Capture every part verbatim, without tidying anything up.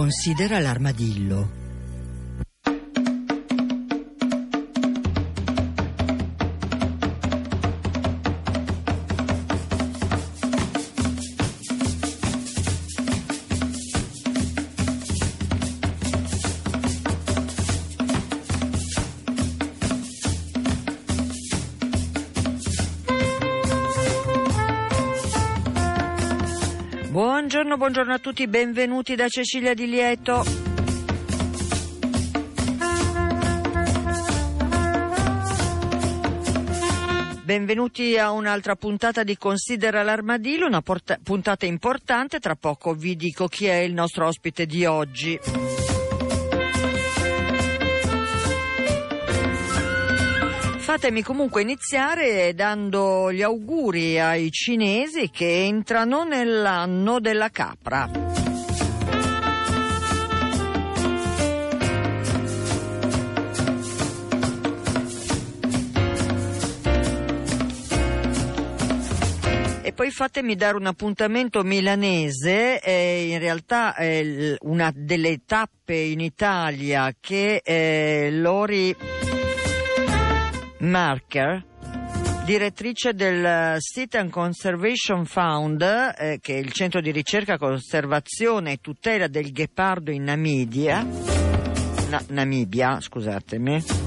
Considera l'armadillo. Buongiorno, buongiorno a tutti, benvenuti da Cecilia Di Lieto. Benvenuti a un'altra puntata di Considera l'armadillo, una porta- puntata importante. Tra poco vi dico chi è il nostro ospite di oggi. Fatemi comunque iniziare dando gli auguri ai cinesi che entrano nell'anno della capra. E poi fatemi dare un appuntamento milanese, eh, in realtà è una delle tappe in Italia che eh, Lori Marker, direttrice del Sit and Conservation Fund, eh, che è il centro di ricerca, conservazione e tutela del ghepardo in Namibia, Na- Namibia, scusatemi,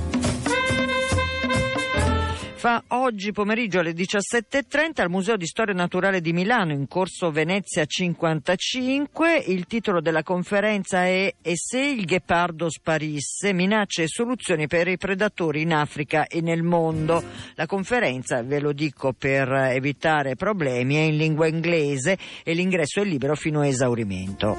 fa oggi pomeriggio alle diciassette e trenta al Museo di Storia Naturale di Milano, in corso Venezia cinquantacinque. Il titolo della conferenza è "E se il ghepardo sparisse? Minacce e soluzioni per i predatori in Africa e nel mondo". La conferenza, ve lo dico per evitare problemi, è in lingua inglese e l'ingresso è libero fino a esaurimento.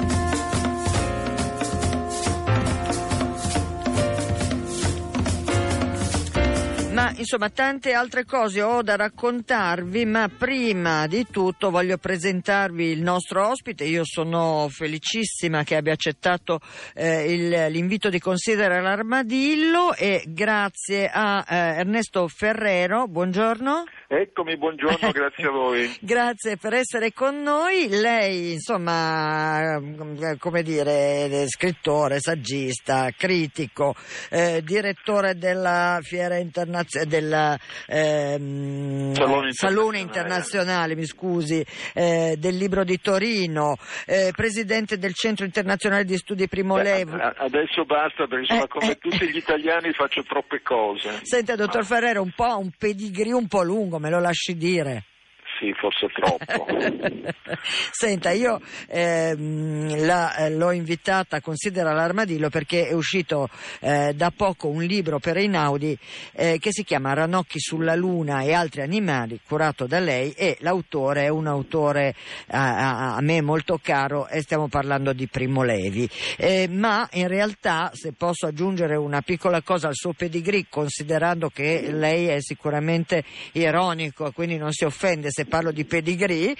Ma insomma tante altre cose ho da raccontarvi, ma prima di tutto voglio presentarvi il nostro ospite. Io sono felicissima che abbia accettato eh, il, l'invito di Considera l'armadillo, e grazie a eh, Ernesto Ferrero. Buongiorno. Eccomi, buongiorno, grazie a voi. Grazie per essere con noi. Lei, insomma, come dire, scrittore, saggista, critico, eh, direttore della Fiera Internazionale, del ehm, Salone, Salone Internazionale, mi scusi, eh, del Libro di Torino, eh, presidente del Centro Internazionale di Studi Primo Levi. Beh, adesso basta, perché insomma, eh, come eh, tutti gli italiani faccio troppe cose. Senta, dottor Ma... Ferrero, un po' un pedigree un po' lungo, me lo lasci dire. Sì, forse troppo. Senta, io ehm, la, eh, l'ho invitata a Considera l'armadillo perché è uscito eh, da poco un libro per Einaudi eh, che si chiama Ranocchi sulla Luna e altri animali, curato da lei, e l'autore è un autore a, a me molto caro, e stiamo parlando di Primo Levi. Eh, ma in realtà, se posso aggiungere una piccola cosa al suo pedigree, considerando che lei è sicuramente ironico, quindi non si offende se parlo di pedigree,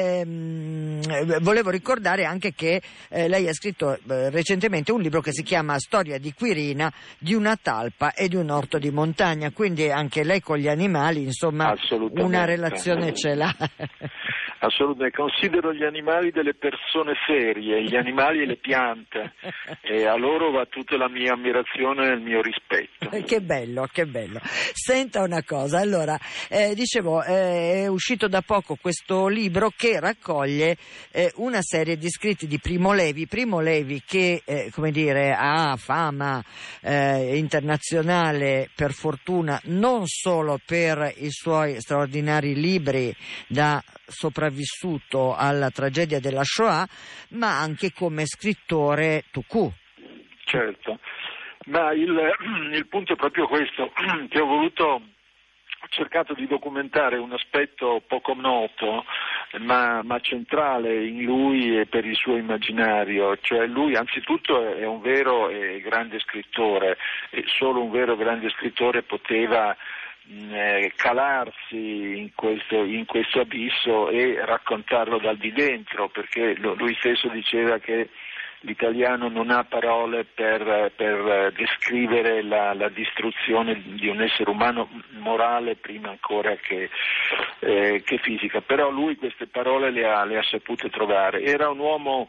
ehm, volevo ricordare anche che eh, lei ha scritto eh, recentemente un libro che si chiama Storia di Quirina, di una talpa e di un orto di montagna, quindi anche lei con gli animali, insomma, una relazione ce l'ha. Assolutamente, considero gli animali delle persone serie, gli animali e le piante, e a loro va tutta la mia ammirazione e il mio rispetto. Che bello, che bello. Senta una cosa, allora, eh, dicevo, eh, è uscito da poco questo libro che raccoglie eh, una serie di scritti di Primo Levi, Primo Levi che, eh, come dire, ha fama eh, internazionale, per fortuna, non solo per i suoi straordinari libri da sopravvissuto alla tragedia della Shoah, ma anche come scrittore tout court. Certo, ma il, il punto è proprio questo, che ho voluto, ho cercato di documentare un aspetto poco noto, ma, ma centrale in lui e per il suo immaginario. Cioè lui anzitutto è un vero e grande scrittore, e solo un vero e grande scrittore poteva Eh, calarsi in questo, in questo abisso e raccontarlo dal di dentro, perché lui stesso diceva che l'italiano non ha parole per, per descrivere la, la distruzione di un essere umano morale prima ancora che, eh, che fisica, però lui queste parole le ha, le ha sapute trovare. Era un uomo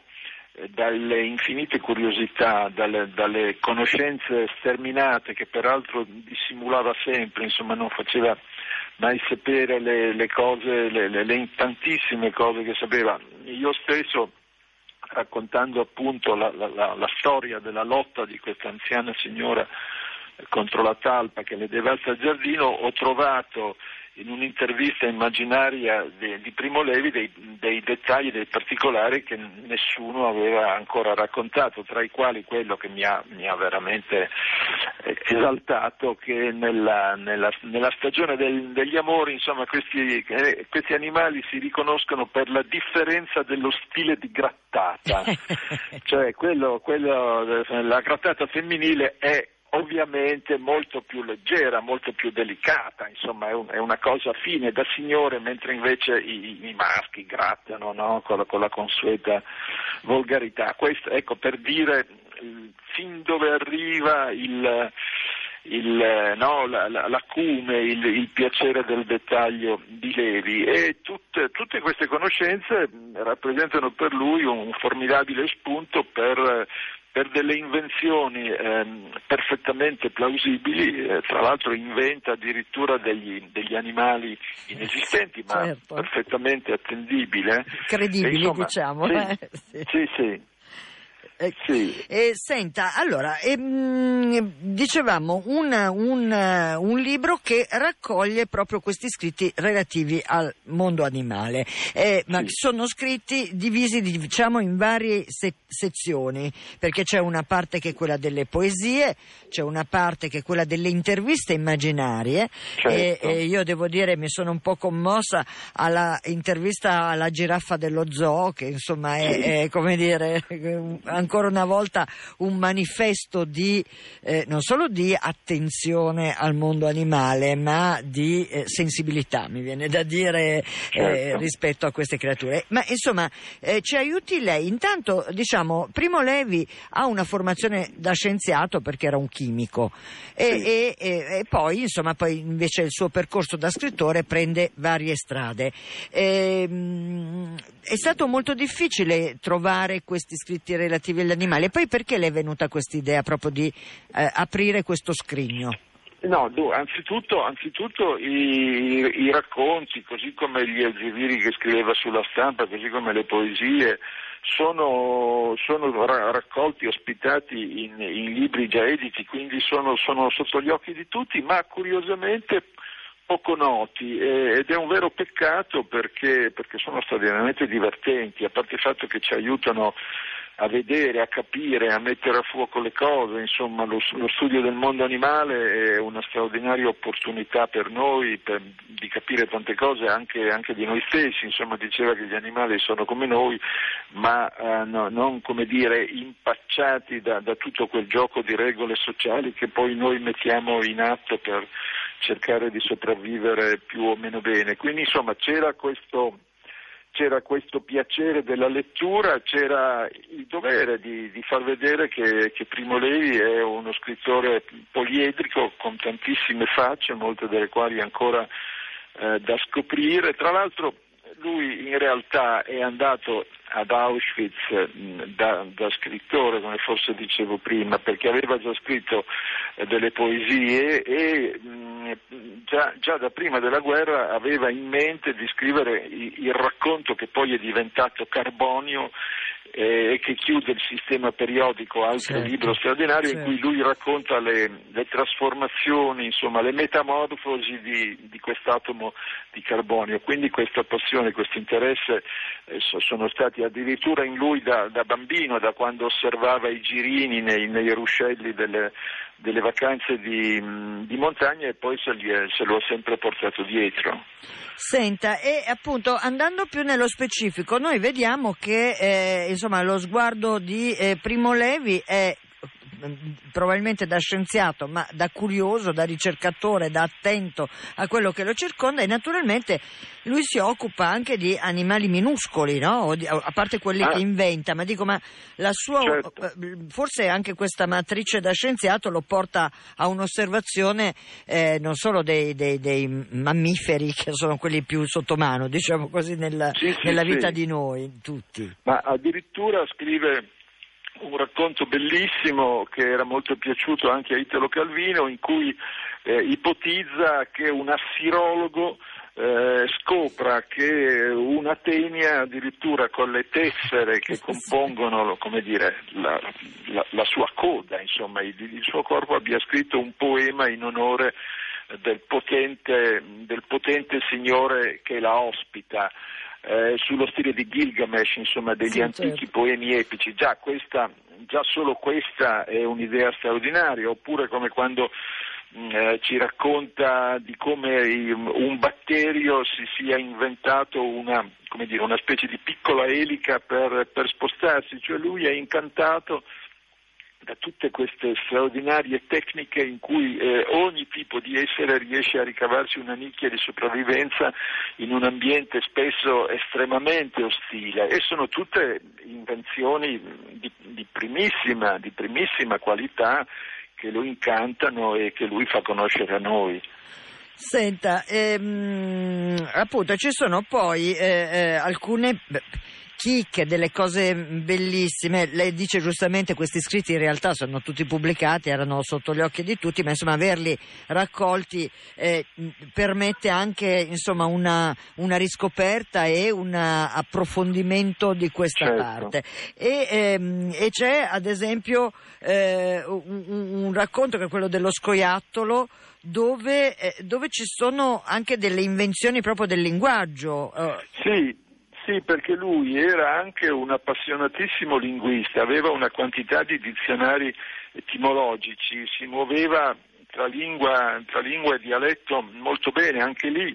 dalle infinite curiosità, dalle, dalle conoscenze sterminate che peraltro dissimulava sempre, insomma non faceva mai sapere le, le cose, le, le, le tantissime cose che sapeva. Io stesso, raccontando appunto la, la, la, la storia della lotta di questa anziana signora contro la talpa che le devasta il giardino, ho trovato in un'intervista immaginaria di, di Primo Levi dei, dei dettagli, dei particolari che nessuno aveva ancora raccontato, tra i quali quello che mi ha, mi ha veramente esaltato, che nella, nella, nella stagione del, degli amori, insomma, questi, eh, questi animali si riconoscono per la differenza dello stile di grattata, cioè quello, quello, la grattata femminile è ovviamente molto più leggera, molto più delicata, insomma è, un, è una cosa fine da signore, mentre invece i, i maschi grattano, no? con, la, con la consueta volgarità. Questo, ecco, per dire fin dove arriva il, il, no, la, la, l'acume, il, il piacere del dettaglio di Levi, e tutte, tutte queste conoscenze rappresentano per lui un formidabile spunto per per delle invenzioni ehm, perfettamente plausibili, eh, tra l'altro inventa addirittura degli, degli animali inesistenti, ma certo, perfettamente attendibile. Credibili, e, insomma, diciamo. Sì, eh? sì. sì, sì. Eh, sì. eh, senta, allora, ehm, dicevamo un, un, un libro che raccoglie proprio questi scritti relativi al mondo animale, eh, ma sì. sono scritti divisi, diciamo, in varie se- sezioni, perché c'è una parte che è quella delle poesie, c'è una parte che è quella delle interviste immaginarie, certo. e, e io devo dire mi sono un po' commossa alla intervista alla giraffa dello zoo, che insomma è, sì. è come dire, ancora una volta un manifesto di eh, non solo di attenzione al mondo animale, ma di eh, sensibilità, mi viene da dire, certo. eh, rispetto a queste creature. Ma insomma, eh, ci aiuti lei. Intanto, diciamo, Primo Levi ha una formazione da scienziato perché era un chimico, e, sì. e, e, e poi insomma poi invece il suo percorso da scrittore prende varie strade. E, mh, è stato molto difficile trovare questi scritti relativi agli animali, e poi perché le è venuta questa idea proprio di eh, aprire questo scrigno? No, anzitutto, anzitutto i, i racconti, così come gli elzeviri che scriveva sulla stampa, così come le poesie, sono, sono raccolti, ospitati in, in libri già editi, quindi sono, sono sotto gli occhi di tutti, ma curiosamente poco noti, ed è un vero peccato perché, perché sono straordinariamente divertenti, a parte il fatto che ci aiutano a vedere, a capire, a mettere a fuoco le cose. Insomma, lo, lo studio del mondo animale è una straordinaria opportunità per noi per, di capire tante cose anche, anche di noi stessi. Insomma, diceva che gli animali sono come noi, ma eh, no, non, come dire, impacciati da, da tutto quel gioco di regole sociali che poi noi mettiamo in atto per cercare di sopravvivere più o meno bene. Quindi insomma c'era questo c'era questo piacere della lettura, c'era il dovere di, di far vedere che, che Primo Levi è uno scrittore poliedrico con tantissime facce, molte delle quali ancora eh, da scoprire. Tra l'altro lui in realtà è andato ad Auschwitz mh, da, da scrittore, come forse dicevo prima, perché aveva già scritto eh, delle poesie e mh, già, già da prima della guerra aveva in mente di scrivere il, il racconto che poi è diventato Carbonio e eh, che chiude il sistema periodico, altro certo, libro straordinario, certo, in cui lui racconta le, le trasformazioni, insomma le metamorfosi di, di quest'atomo di carbonio. Quindi questa passione, questo interesse eh, sono stati addirittura in lui da, da bambino, da quando osservava i girini nei, nei ruscelli delle, delle vacanze di, di montagna, e poi se, li è, se lo ha sempre portato dietro. Senta, e appunto andando più nello specifico, noi vediamo che eh, insomma lo sguardo di eh, Primo Levi è probabilmente da scienziato, ma da curioso, da ricercatore, da attento a quello che lo circonda, e naturalmente lui si occupa anche di animali minuscoli, no? A parte quelli ah. che inventa, ma dico, ma la sua certo. forse anche questa matrice da scienziato lo porta a un'osservazione eh, non solo dei, dei, dei mammiferi, che sono quelli più sotto mano, diciamo così, nella, sì, sì, nella vita sì. di noi tutti. Ma addirittura scrive un racconto bellissimo che era molto piaciuto anche a Italo Calvino, in cui eh, ipotizza che un assirologo eh, scopra che una tenia, addirittura con le tessere che compongono, come dire, la, la, la sua coda, insomma, il, il suo corpo, abbia scritto un poema in onore del potente, del potente signore che la ospita. Eh, sullo stile di Gilgamesh, insomma, degli sì, antichi certo. poemi epici. Già questa, già solo questa è un'idea straordinaria. Oppure come quando eh, ci racconta di come un batterio si sia inventato una, come dire, una specie di piccola elica per, per spostarsi, cioè lui è incantato da tutte queste straordinarie tecniche in cui eh, ogni tipo di essere riesce a ricavarsi una nicchia di sopravvivenza in un ambiente spesso estremamente ostile, e sono tutte invenzioni di, di primissima, di primissima qualità, che lo incantano e che lui fa conoscere a noi. Senta, ehm, appunto ci sono poi eh, eh, alcune chicche, delle cose bellissime. Lei dice giustamente questi scritti in realtà sono tutti pubblicati, erano sotto gli occhi di tutti, ma insomma averli raccolti eh, permette anche insomma una, una riscoperta e un approfondimento di questa certo. parte. E, ehm, e c'è ad esempio eh, un, un racconto che è quello dello scoiattolo, dove, eh, dove ci sono anche delle invenzioni proprio del linguaggio. Eh. Sì. Sì, perché lui era anche un appassionatissimo linguista, aveva una quantità di dizionari etimologici, si muoveva tra lingua, tra lingua e dialetto molto bene. Anche lì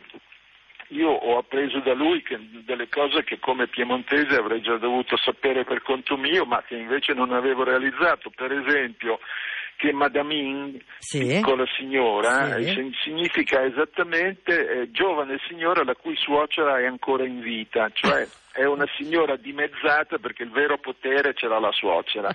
io ho appreso da lui che delle cose che come piemontese avrei già dovuto sapere per conto mio, ma che invece non avevo realizzato. Per esempio che Madamin, sì. piccola signora, sì. significa esattamente eh, giovane signora la cui suocera è ancora in vita, cioè è una signora dimezzata perché il vero potere ce l'ha la suocera.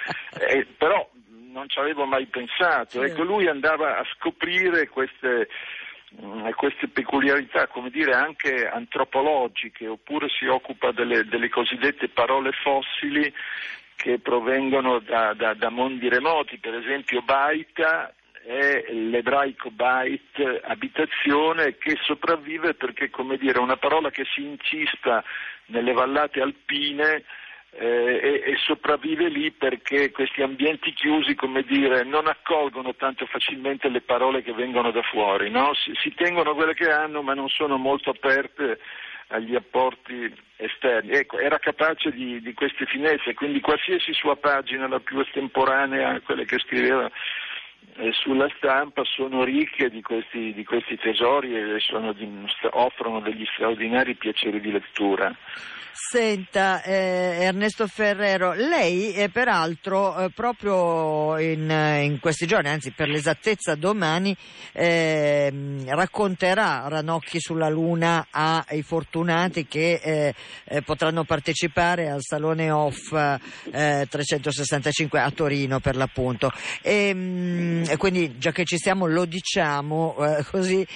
eh, però non ci avevo mai pensato. Sì. Ecco, lui andava a scoprire queste, mh, queste peculiarità, come dire, anche antropologiche, oppure si occupa delle, delle cosiddette parole fossili che provengono da, da, da mondi remoti. Per esempio baita è l'ebraico bait, abitazione, che sopravvive perché, come dire, è una parola che si incispa nelle vallate alpine eh, e, e sopravvive lì perché questi ambienti chiusi, come dire, non accolgono tanto facilmente le parole che vengono da fuori, no? Si, si tengono quelle che hanno, ma non sono molto aperte agli apporti esterni. Ecco, era capace di, di queste finezze, quindi qualsiasi sua pagina, la più estemporanea, quelle che scriveva eh, sulla stampa, sono ricche di questi, di questi tesori e sono di, offrono degli straordinari piaceri di lettura. Senta, eh, Ernesto Ferrero, lei eh, peraltro eh, proprio in, in questi giorni, anzi per l'esattezza domani, eh, racconterà Ranocchi sulla Luna ai fortunati che eh, eh, potranno partecipare al Salone Off eh, trecentosessantacinque a Torino, per l'appunto. E, mh, quindi già che ci siamo lo diciamo, eh, così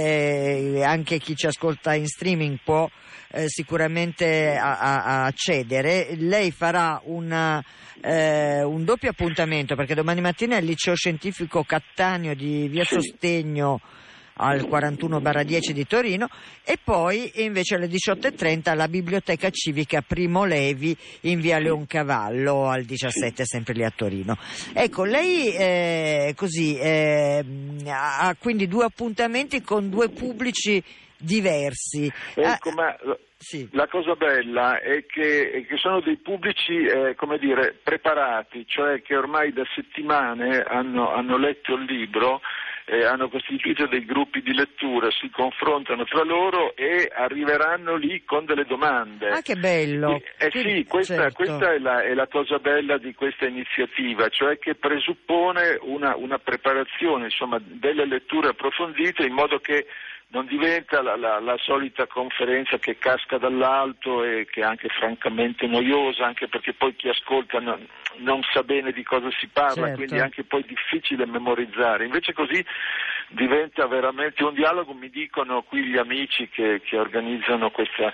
eh, anche chi ci ascolta in streaming può Eh, sicuramente a, a, a accedere. Lei farà una, eh, un doppio appuntamento, perché domani mattina è il liceo scientifico Cattaneo di via Sostegno al quarantuno barra dieci di Torino, e poi invece alle diciotto e trenta alla biblioteca civica Primo Levi in via Leoncavallo al diciassette, sempre lì a Torino. Ecco, lei eh, così eh, ha quindi due appuntamenti con due pubblici diversi. Ecco, ah, ma sì. La cosa bella è che, è che sono dei pubblici, eh, come dire, preparati, cioè che ormai da settimane hanno, hanno letto il libro eh, hanno costituito dei gruppi di lettura, si confrontano tra loro e arriveranno lì con delle domande. Ah, che bello! Eh che, sì, questa, certo. questa è, la, è la cosa bella di questa iniziativa, cioè che presuppone una, una preparazione, insomma, delle letture approfondite, in modo che non diventa la, la, la solita conferenza che casca dall'alto e che è anche francamente noiosa, anche perché poi chi ascolta non, non sa bene di cosa si parla, certo. quindi è anche poi difficile memorizzare. Invece così diventa veramente un dialogo. Mi dicono qui gli amici che, che organizzano questa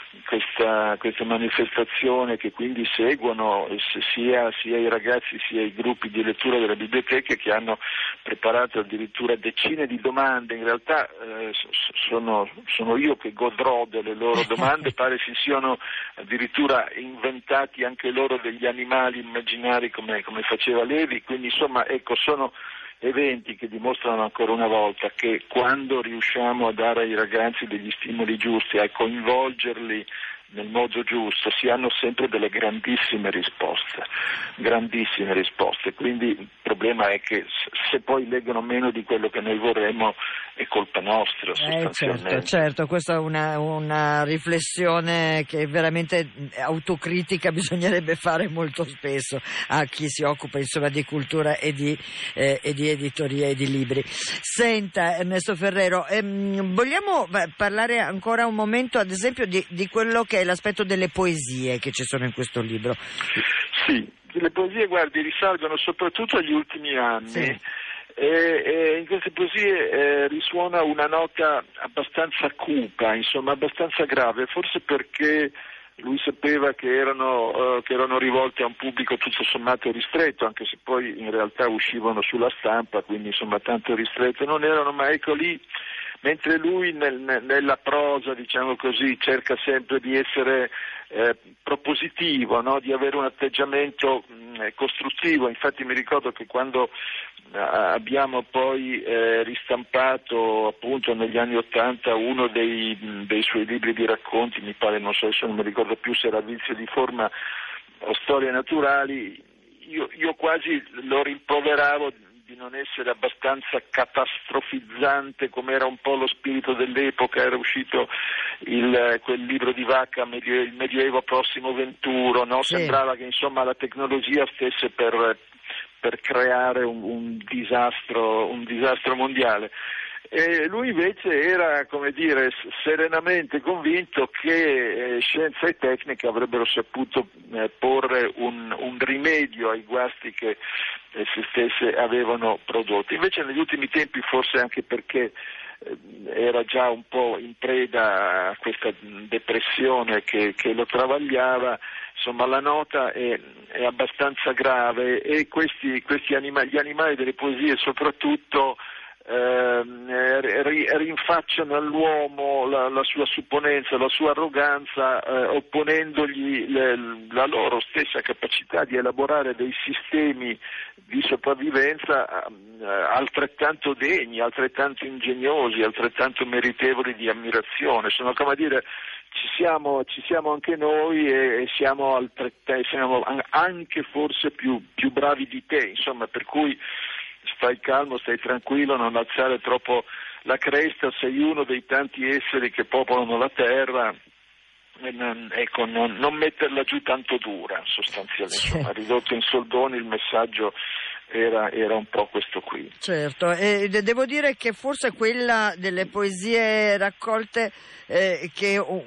Questa, questa manifestazione, che quindi seguono sia, sia i ragazzi sia i gruppi di lettura delle biblioteche, che hanno preparato addirittura decine di domande. In realtà eh, sono, sono io che godrò delle loro domande, pare si siano addirittura inventati anche loro degli animali immaginari come, come faceva Levi, quindi insomma ecco, sono eventi che dimostrano ancora una volta che quando riusciamo a dare ai ragazzi degli stimoli giusti, a coinvolgerli nel modo giusto, si hanno sempre delle grandissime risposte, grandissime risposte. Quindi il problema è che se poi leggono meno di quello che noi vorremmo è colpa nostra, sostanzialmente. Eh, certo, certo, questa è una, una riflessione che veramente autocritica bisognerebbe fare molto spesso a chi si occupa insomma di cultura e di, eh, e di editoria e di libri. Senta Ernesto Ferrero, ehm, vogliamo parlare ancora un momento ad esempio di, di quello che è l'aspetto delle poesie che ci sono in questo libro? Sì, le poesie, guardi, risalgono soprattutto agli ultimi anni. Sì. E, e in queste poesie eh, risuona una nota abbastanza cupa, insomma abbastanza grave, forse perché lui sapeva che erano, uh, che erano rivolte a un pubblico tutto sommato ristretto, anche se poi in realtà uscivano sulla stampa, quindi insomma tanto ristretto non erano, ma ecco lì, mentre lui nel, nella prosa, diciamo così, cerca sempre di essere eh, propositivo, no? Di avere un atteggiamento mh, costruttivo. Infatti mi ricordo che quando abbiamo poi eh, ristampato appunto negli anni Ottanta uno dei, dei suoi libri di racconti, mi pare, non so, adesso non mi ricordo più se era Vizio di forma o Storie naturali, io, io quasi lo rimproveravo di non essere abbastanza catastrofizzante come era un po' lo spirito dell'epoca. Era uscito il, quel libro di Vacca, Medio, il Medioevo prossimo venturo, no? Sì. Sembrava che insomma la tecnologia stesse per per creare un, un disastro, un disastro mondiale. E lui invece era, come dire, serenamente convinto che eh, scienza e tecnica avrebbero saputo eh, porre un, un rimedio ai guasti che eh, se stesse avevano prodotto. Invece negli ultimi tempi, forse anche perché eh, era già un po' in preda a questa depressione che, che lo travagliava, insomma la nota è, è abbastanza grave, e questi, questi anima, gli animali delle poesie soprattutto eh, rinfacciano all'uomo la, la sua supponenza, la sua arroganza, eh, opponendogli le, la loro stessa capacità di elaborare dei sistemi di sopravvivenza eh, altrettanto degni, altrettanto ingegnosi, altrettanto meritevoli di ammirazione. Sono, come dire, Ci siamo, ci siamo anche noi e siamo, altrett- siamo anche forse più, più bravi di te, insomma, per cui stai calmo, stai tranquillo, non alzare troppo la cresta, sei uno dei tanti esseri che popolano la terra, e non, ecco, non, non metterla giù tanto dura, sostanzialmente, insomma, ridotto in soldoni il messaggio Era, era un po' questo qui. Certo, e devo dire che forse quella delle poesie raccolte eh, che uh,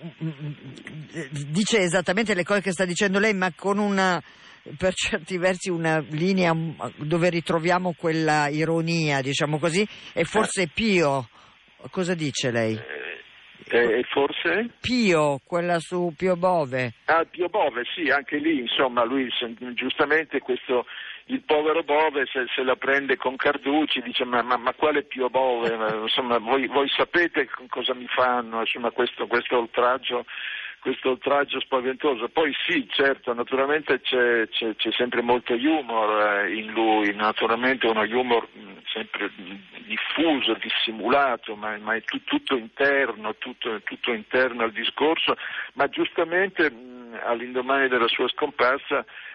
dice esattamente le cose che sta dicendo lei, ma con una, per certi versi, una linea dove ritroviamo quella ironia, diciamo così, e forse Pio. Cosa dice lei? E eh, forse? Pio, quella su Pio Bove. Ah, Pio Bove, sì, anche lì, insomma, lui giustamente questo, il povero Bove se, se la prende con Carducci, dice ma, ma, ma quale Pio Bove, insomma, voi, voi sapete cosa mi fanno, insomma, questo, questo oltraggio, questo oltraggio spaventoso. Poi sì, certo, naturalmente c'è, c'è, c'è sempre molto humor in lui, naturalmente uno humor sempre diffuso, dissimulato, ma, ma è tutto, tutto interno, tutto, tutto interno al discorso, ma giustamente all'indomani della sua scomparsa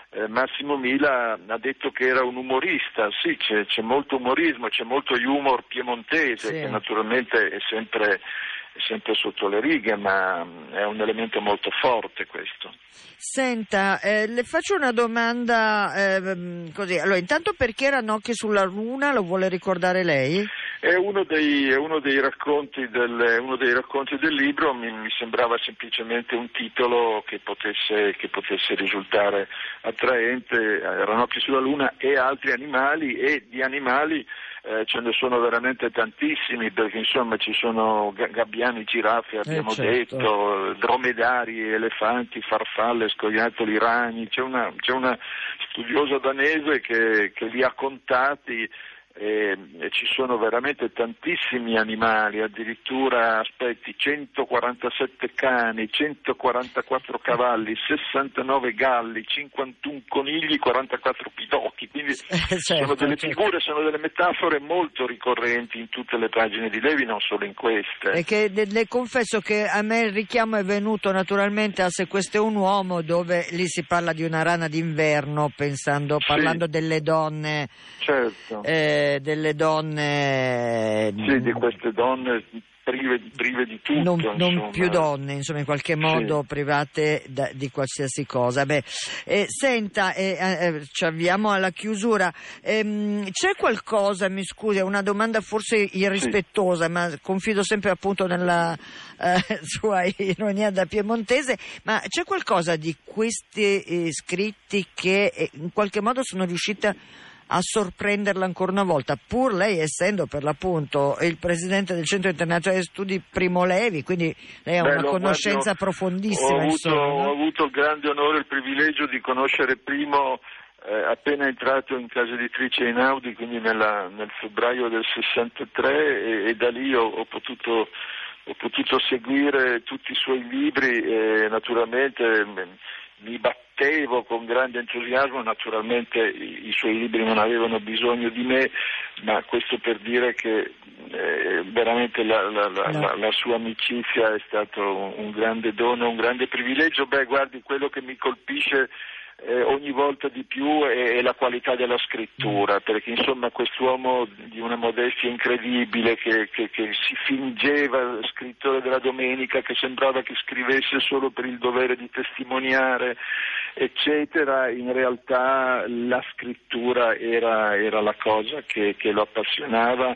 eh, Massimo Mila ha detto che era un umorista. Sì, c'è, c'è molto umorismo, c'è molto humor piemontese, sì, che naturalmente è sempre, è sempre sotto le righe, ma è un elemento molto forte questo. Senta, eh, le faccio una domanda eh, così. Allora, intanto, perché Ranocchi sulla Luna, lo vuole ricordare lei? È uno dei, è uno dei racconti del, uno dei racconti del libro. Mi, mi sembrava semplicemente un titolo che potesse, che potesse risultare attraente. Ranocchi sulla Luna e altri animali, e di animali eh, ce ne sono veramente tantissimi, perché insomma ci sono gabbiani, giraffe, abbiamo eh certo. detto, dromedari, elefanti, farfalle, scoiattoli, ragni. C'è una, c'è una studiosa danese che, che li ha contati. E, e ci sono veramente tantissimi animali, addirittura aspetti centoquarantasette cani, centoquarantaquattro cavalli, sessantanove galli, cinquantuno conigli, quarantaquattro pidocchi, quindi certo, sono delle figure, certo. sono delle metafore molto ricorrenti in tutte le pagine di Levi, non solo in queste. E che le confesso che a me il richiamo è venuto naturalmente a Se questo è un uomo, dove lì si parla di una rana d'inverno, pensando, parlando sì. delle donne. Certo. Eh, delle donne sì, di queste donne prive, prive di tutto, non, non più donne, insomma, in qualche modo sì. private da, di qualsiasi cosa. Beh, eh, senta, eh, eh, ci avviamo alla chiusura. Eh, c'è qualcosa, mi scusi, è una domanda forse irrispettosa, sì. ma confido sempre appunto nella eh, sua ironia da piemontese, ma c'è qualcosa di questi eh, scritti che eh, in qualche modo sono riuscita a sorprenderla ancora una volta, pur lei essendo per l'appunto il presidente del Centro Internazionale Studi Primo Levi, quindi lei ha Beh, una conoscenza guardi, profondissima. Ho avuto, insomma, no? ho avuto il grande onore e il privilegio di conoscere Primo eh, appena entrato in casa editrice Einaudi, quindi nella, nel febbraio del sessantatré, e, e da lì ho, ho potuto ho potuto seguire tutti i suoi libri e naturalmente mi battevo con grande entusiasmo. Naturalmente i, i suoi libri non avevano bisogno di me, ma questo per dire che eh, veramente la, la, la, no. la, la sua amicizia è stato un, un grande dono, un grande privilegio. Beh, guardi, quello che mi colpisce Eh, ogni volta di più è, è la qualità della scrittura, perché insomma quest'uomo di una modestia incredibile che, che, che si fingeva scrittore della Domenica, che sembrava che scrivesse solo per il dovere di testimoniare, eccetera, in realtà la scrittura era, era la cosa che, che lo appassionava.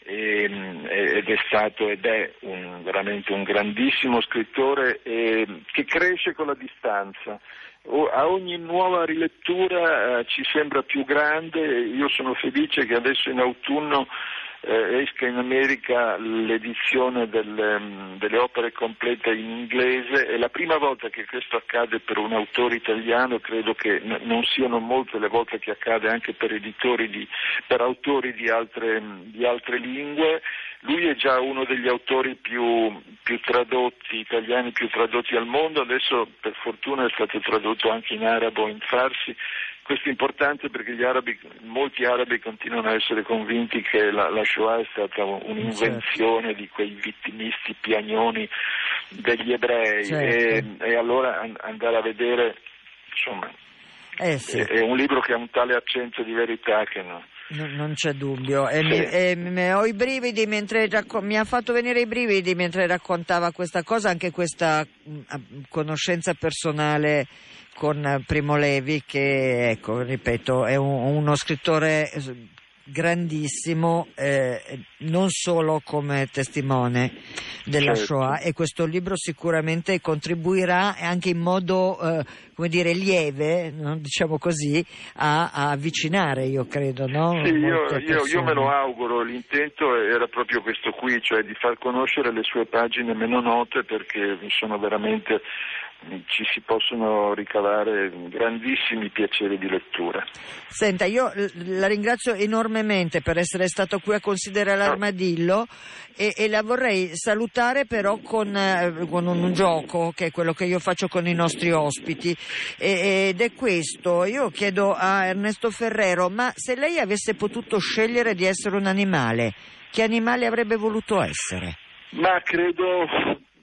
Ed è stato ed è un, veramente un grandissimo scrittore eh, che cresce con la distanza. O, a ogni nuova rilettura eh, ci sembra più grande. Io sono felice che adesso in autunno eh, esca in America l'edizione delle, delle opere complete in inglese. È la prima volta che questo accade per un autore italiano, credo che n- non siano molte le volte che accade anche per editori di, per autori di altre, di altre lingue. Lui è già uno degli autori più, più tradotti, italiani più tradotti al mondo, adesso per fortuna è stato tradotto anche in arabo e in farsi. Questo è importante perché gli arabi, molti arabi continuano a essere convinti che la, la Shoah è stata un'invenzione certo. di quei vittimisti piagnoni degli ebrei, certo. e, e allora andare a vedere, insomma, eh sì. è, è un libro che ha un tale accento di verità che no. No, non c'è dubbio, e sì. mi, e mi, ho i brividi mentre racco- mi ha fatto venire i brividi mentre raccontava questa cosa, anche questa mh, conoscenza personale con Primo Levi, che ecco, ripeto, è un, uno scrittore grandissimo, eh, non solo come testimone della certo. Shoah, e questo libro sicuramente contribuirà anche in modo eh, come dire lieve, no? diciamo così, a, a avvicinare, io credo, no? Sì, io, io, io me lo auguro. L'intento era proprio questo qui, cioè di far conoscere le sue pagine meno note, perché sono veramente, ci si possono ricavare grandissimi piaceri di lettura. Senta, io la ringrazio enormemente per essere stato qui a Considera l'Armadillo, e, e la vorrei salutare però con, eh, con un, un gioco, che è quello che io faccio con i nostri ospiti, e, ed è questo. Io chiedo a Ernesto Ferrero, ma se lei avesse potuto scegliere di essere un animale, che animale avrebbe voluto essere? Ma credo...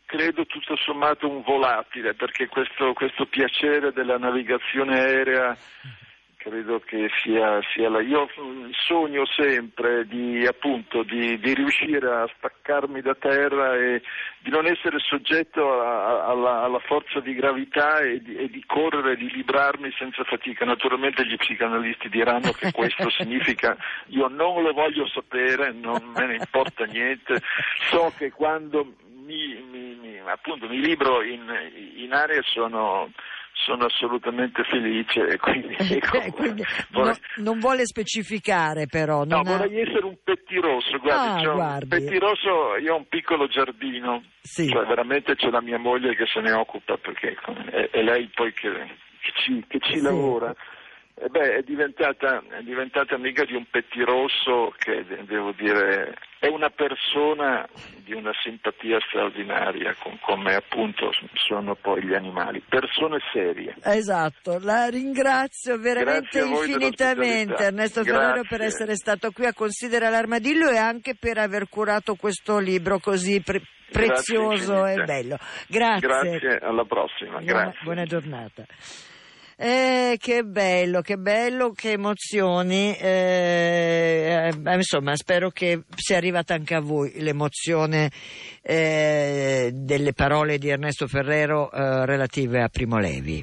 credo tutto sommato un volatile, perché questo, questo piacere della navigazione aerea credo che sia, sia la, io sogno sempre di, appunto, di, di riuscire a staccarmi da terra e di non essere soggetto a, a, alla, alla forza di gravità e di, e di correre, di librarmi senza fatica. Naturalmente gli psicanalisti diranno che questo significa io non lo voglio sapere, non me ne importa niente, so che quando mi, mi, mi, appunto, mi libro in, in aria sono... sono assolutamente felice e quindi, ecco, quindi vorrei... no, non vuole specificare però non no, ha... vorrei essere un pettirosso, guardi, ah, un guardi. pettirosso, io ho un piccolo giardino, sì. Cioè veramente c'è la mia moglie che se ne occupa perché è, è lei poi che, che ci, che ci sì. lavora. E beh, è diventata, è diventata amica di un pettirosso che, devo dire, è una persona di una simpatia straordinaria, con, come appunto sono poi gli animali, persone serie. Esatto, la ringrazio veramente infinitamente Ernesto Grazie. Ferrero per essere stato qui a Considera l'Armadillo e anche per aver curato questo libro così pre- prezioso e bello. Grazie. Grazie, alla prossima. Buona, Grazie. buona giornata. Eh, che bello, che bello, che emozioni, eh, eh, insomma spero che sia arrivata anche a voi l'emozione eh, delle parole di Ernesto Ferrero eh, relative a Primo Levi.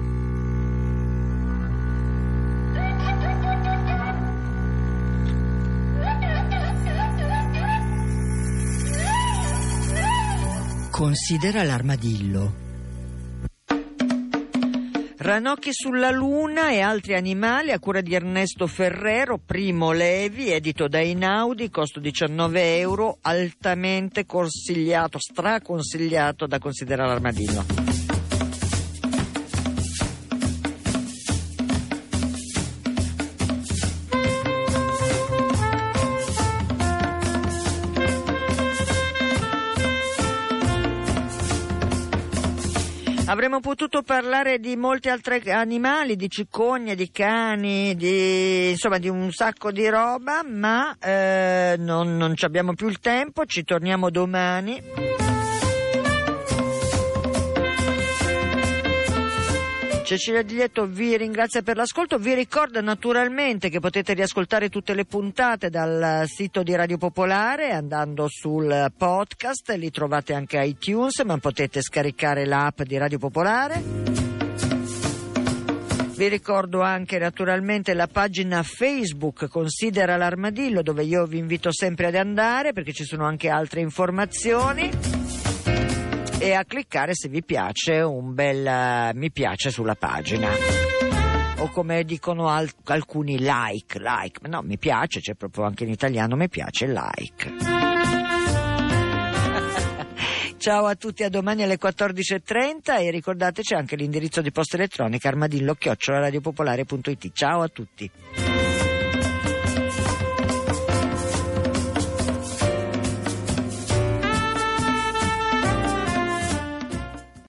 Considera l'armadillo. Ranocchi sulla Luna e altri animali a cura di Ernesto Ferrero, Primo Levi, edito da Einaudi, costo diciannove euro, altamente consigliato, straconsigliato da Considera l'Armadillo. Avremmo potuto parlare di molti altri animali, di cicogne, di cani, di, insomma di un sacco di roba, ma eh, non, non ci abbiamo più il tempo, ci torniamo domani. Cecilia Di Lieto vi ringrazia per l'ascolto, vi ricordo naturalmente che potete riascoltare tutte le puntate dal sito di Radio Popolare andando sul podcast, li trovate anche a iTunes, ma potete scaricare l'app di Radio Popolare. Vi ricordo anche naturalmente la pagina Facebook Considera l'Armadillo, dove io vi invito sempre ad andare perché ci sono anche altre informazioni. E a cliccare se vi piace un bel uh, mi piace sulla pagina o come dicono al- alcuni like, like, ma no, mi piace, c'è proprio anche in italiano mi piace like. Ciao a tutti, a domani alle quattordici e trenta e ricordate c'è anche l'indirizzo di posta elettronica armadillo chiocciola radiopopolare punto it. Ciao a tutti.